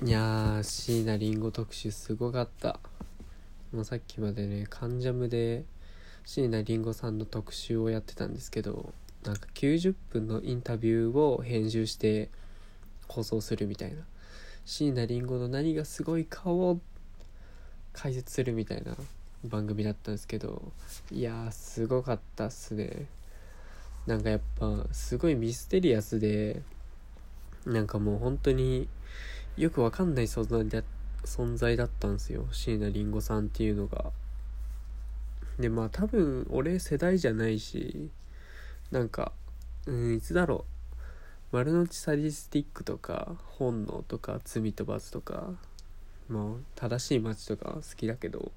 いやー、椎名林檎特集すごかった。もうさっきまでね、カンジャムで椎名林檎さんの特集をやってたんですけど、なんか90分のインタビューを編集して放送するみたいな、椎名林檎の何がすごいかを解説するみたいな番組だったんですけど、いやーすごかったっすね。なんかやっぱすごいミステリアスで、なんかもう本当によくわかんない存在だったんですよ、椎名林檎さんっていうのが。でまあ多分俺世代じゃないし、なんかいつだろう、丸の内サディスティックとか本能とか罪と罰とか、まあ正しい街とか好きだけど、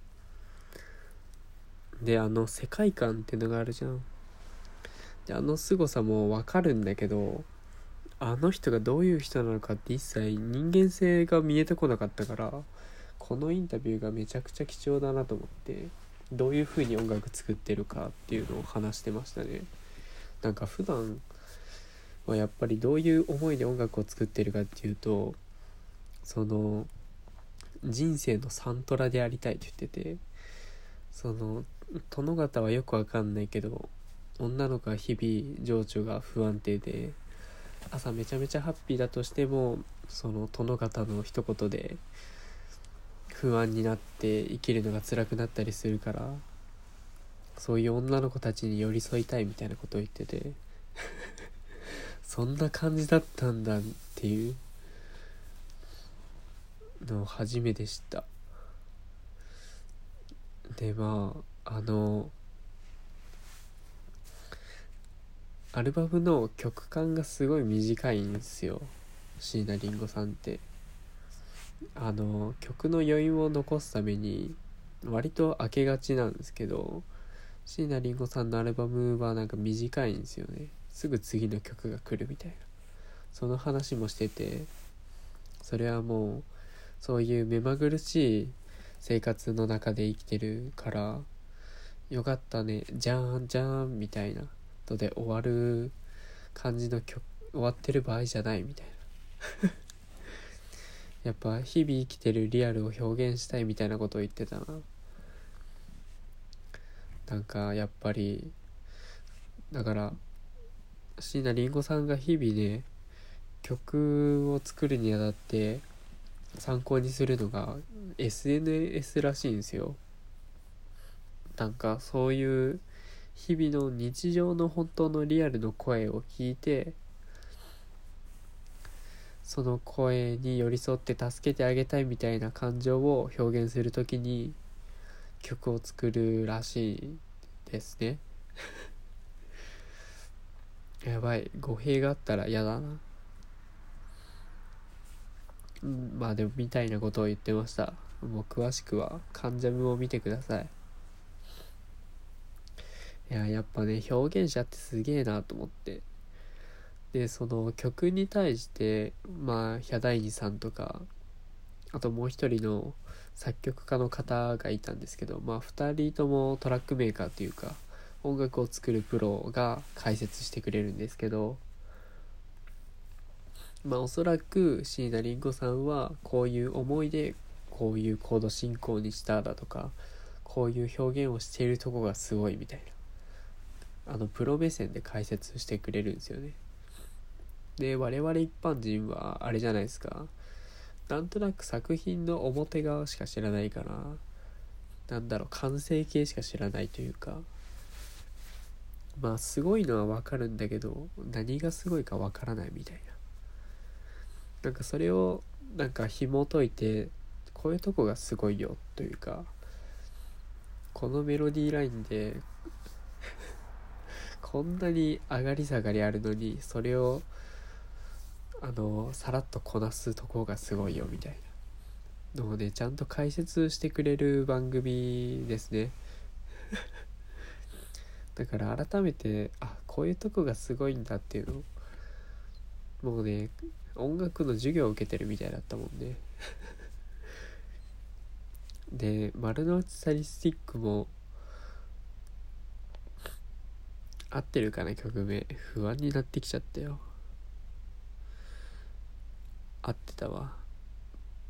で世界観ってのがあるじゃん。で凄さもわかるんだけど、あの人がどういう人なのかって一切人間性が見えてこなかったから、このインタビューがめちゃくちゃ貴重だなと思って、どういう風に音楽作ってるかっていうのを話してましたね。なんか普段はやっぱりどういう思いで音楽を作ってるかっていうと、その人生のサントラでありたいって言ってて、その殿方はよくわかんないけど、女の子は日々情緒が不安定で、朝めちゃめちゃハッピーだとしても、その殿方の一言で不安になって生きるのが辛くなったりするから、そういう女の子たちに寄り添いたいみたいなことを言っててそんな感じだったんだっていうのを初めて知った。でアルバムの曲間がすごい短いんですよ、椎名林檎さんって。曲の余韻を残すために割と開けがちなんですけど、椎名林檎さんのアルバムはなんか短いんですよね。すぐ次の曲が来るみたいな、その話もしてて、それはもうそういう目まぐるしい生活の中で生きてるから、よかったねじゃーんじゃーんみたいなので終わる感じの曲、終わってる場合じゃないみたいなやっぱ日々生きてるリアルを表現したいみたいなことを言ってたな。なんかやっぱりだから椎名林檎さんが日々ね、曲を作るにあたって参考にするのが SNS らしいんですよ。なんかそういう日々の日常の本当のリアルの声を聞いて、その声に寄り添って助けてあげたいみたいな感情を表現するときに曲を作るらしいですね。やばい、語弊があったら嫌だな。まあでもみたいなことを言ってました。もう詳しくはカンジャムを見てください。いややっぱね、表現者ってすげえなと思って。でその曲に対してまあヒャダインさんとか、あともう一人の作曲家の方がいたんですけど、まあ二人ともトラックメーカーというか音楽を作るプロが解説してくれるんですけど、まあおそらく椎名林檎さんはこういう思いでこういうコード進行にしただとか、こういう表現をしているとこがすごいみたいな、プロ目線で解説してくれるんですよね。で我々一般人はあれじゃないですか、なんとなく作品の表側しか知らないから、なんだろう、完成形しか知らないというか、まあすごいのはわかるんだけど何がすごいかわからないみたいな、なんかそれをなんか紐解いて、こういうとこがすごいよというか、このメロディーラインでこんなに上がり下がりあるのに、それをさらっとこなすとこがすごいよみたいなのをね、ちゃんと解説してくれる番組ですね。だから改めて、こういうとこがすごいんだっていうの、もうね、音楽の授業を受けてるみたいだったもんね。で丸の内サディスティックも合ってるかな、曲名不安になってきちゃったよ。合ってたわ。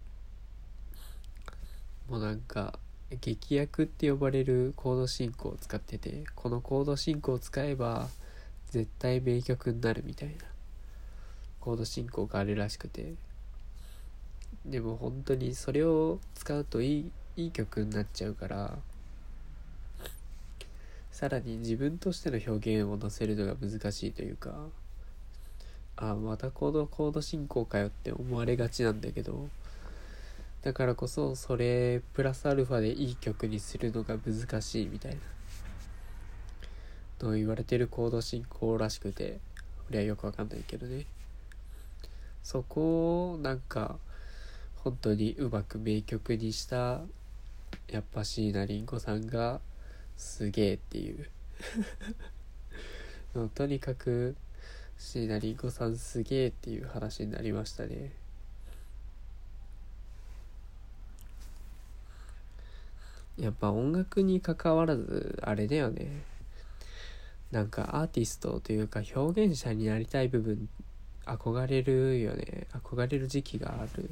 もうなんか劇薬って呼ばれるコード進行を使ってて、このコード進行を使えば絶対名曲になるみたいなコード進行があるらしくて、でも本当にそれを使うといい曲になっちゃうから、さらに自分としての表現を乗せるのが難しいというか、またコード進行かよって思われがちなんだけど、だからこそそれプラスアルファでいい曲にするのが難しいみたいなのを言われてるコード進行らしくて、俺はよくわかんないけどね。そこをなんか本当にうまく名曲にしたやっぱ椎名林檎さんがすげえっていうとにかく椎名林檎さんすげえっていう話になりましたね。やっぱ音楽に関わらずあれだよね、なんかアーティストというか表現者になりたい部分憧れるよね。憧れる時期がある。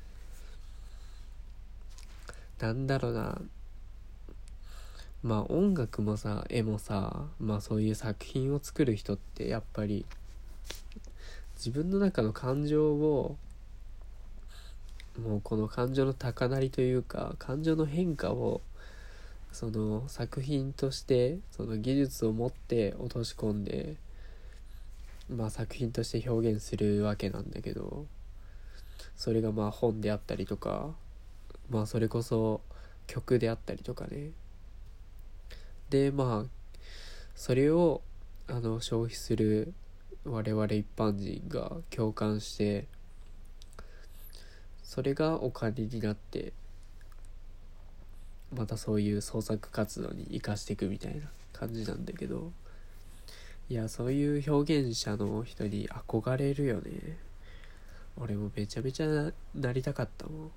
なんだろうな、まあ音楽もさ絵もさ、まあそういう作品を作る人ってやっぱり自分の中の感情を、もうこの感情の高鳴りというか感情の変化をその作品としてその技術を持って落とし込んで、まあ作品として表現するわけなんだけど、それがまあ本であったりとか、まあそれこそ曲であったりとかね。でまあそれを消費する我々一般人が共感して、それがお金になってまたそういう創作活動に生かしていくみたいな感じなんだけど、いやそういう表現者の人に憧れるよね。俺もめちゃめちゃなりたかったもん。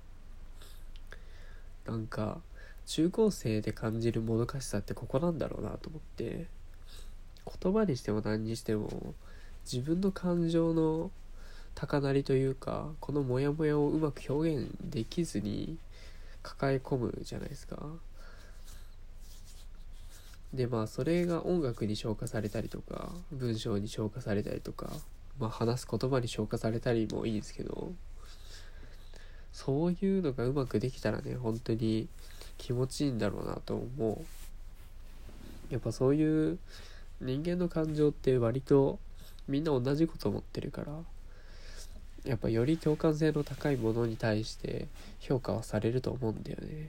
なんか中高生で感じるもどかしさってここなんだろうなと思って、言葉にしても何にしても自分の感情の高鳴りというか、このモヤモヤをうまく表現できずに抱え込むじゃないですか。でまあそれが音楽に昇華されたりとか文章に昇華されたりとか、まあ話す言葉に昇華されたりもいいですけど、そういうのがうまくできたらね本当に気持ちいいんだろうなと思う。やっぱそういう人間の感情って割とみんな同じこと思ってるから、やっぱより共感性の高いものに対して評価はされると思うんだよね。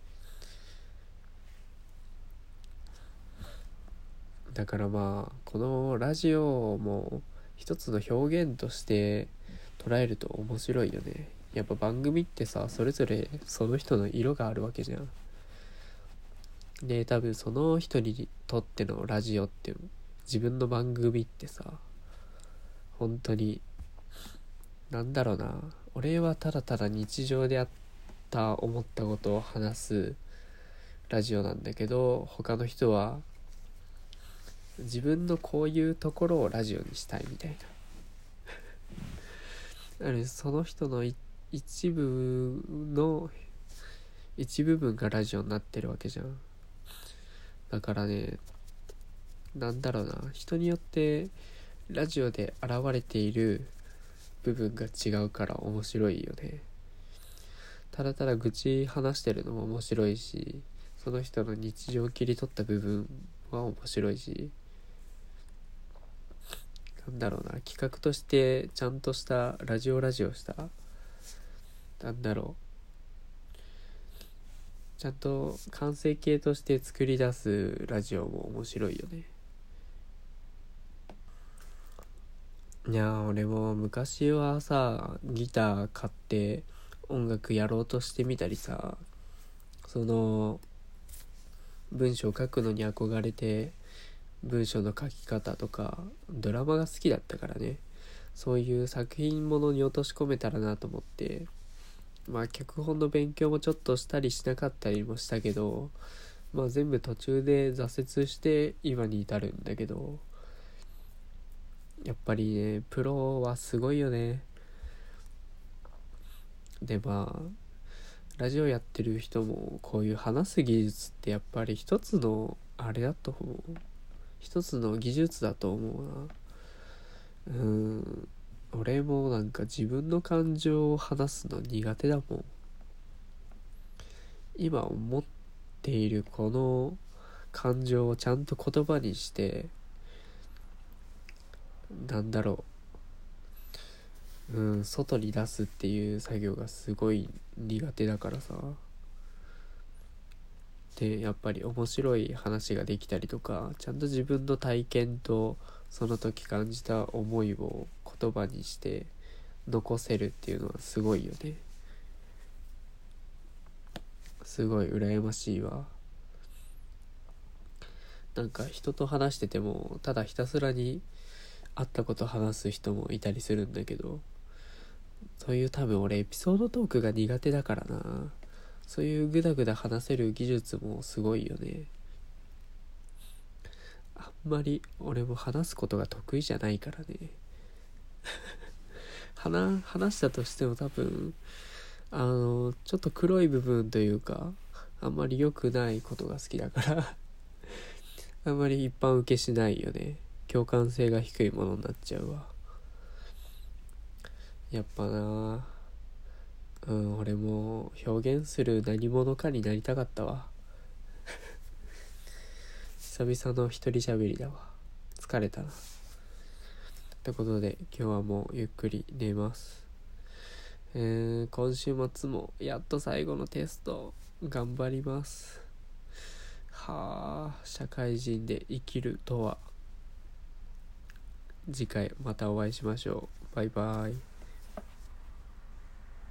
だからまあこのラジオも一つの表現として捉えると面白いよね。やっぱ番組ってさそれぞれその人の色があるわけじゃん。で多分その人にとってのラジオって自分の番組ってさ、本当になんだろうな、俺はただただ日常であった思ったことを話すラジオなんだけど、他の人は自分のこういうところをラジオにしたいみたいな、その人の一部の一部分がラジオになってるわけじゃん。だからね、なんだろうな、人によってラジオで現れている部分が違うから面白いよね。ただただ愚痴話してるのも面白いし、その人の日常を切り取った部分は面白いし、なんだろうな、企画としてちゃんとしたラジオした、なんだろう、ちゃんと完成形として作り出すラジオも面白いよね。いや俺も昔はさギター買って音楽やろうとしてみたりさ、その文章を書くのに憧れて文章の書き方とかドラマが好きだったからね、そういう作品ものに落とし込めたらなと思って、まあ脚本の勉強もちょっとしたりしなかったりもしたけど、まあ全部途中で挫折して今に至るんだけど、やっぱりねプロはすごいよね。でまあラジオやってる人もこういう話す技術ってやっぱり一つのあれだと思う。一つの技術だと思うな。俺もなんか自分の感情を話すの苦手だもん。今思っているこの感情をちゃんと言葉にして、なんだろう、外に出すっていう作業がすごい苦手だからさ。でやっぱり面白い話ができたりとか、ちゃんと自分の体験とその時感じた思いを言葉にして残せるっていうのはすごいよね。すごい羨ましいわ。なんか人と話しててもただひたすらに会ったこと話す人もいたりするんだけど、そういう多分俺エピソードトークが苦手だからな。そういうグダグダ話せる技術もすごいよね。あんまり俺も話すことが得意じゃないからね。話したとしても多分ちょっと黒い部分というか、あんまり良くないことが好きだからあんまり一般受けしないよね。共感性が低いものになっちゃうわ。やっぱな、俺も表現する何者かになりたかったわ。久々の一人喋りだわ。疲れたな。ってことで今日はもうゆっくり寝ます。今週末もやっと最後のテスト頑張ります。はあ、社会人で生きるとは。次回またお会いしましょう。バイバイ。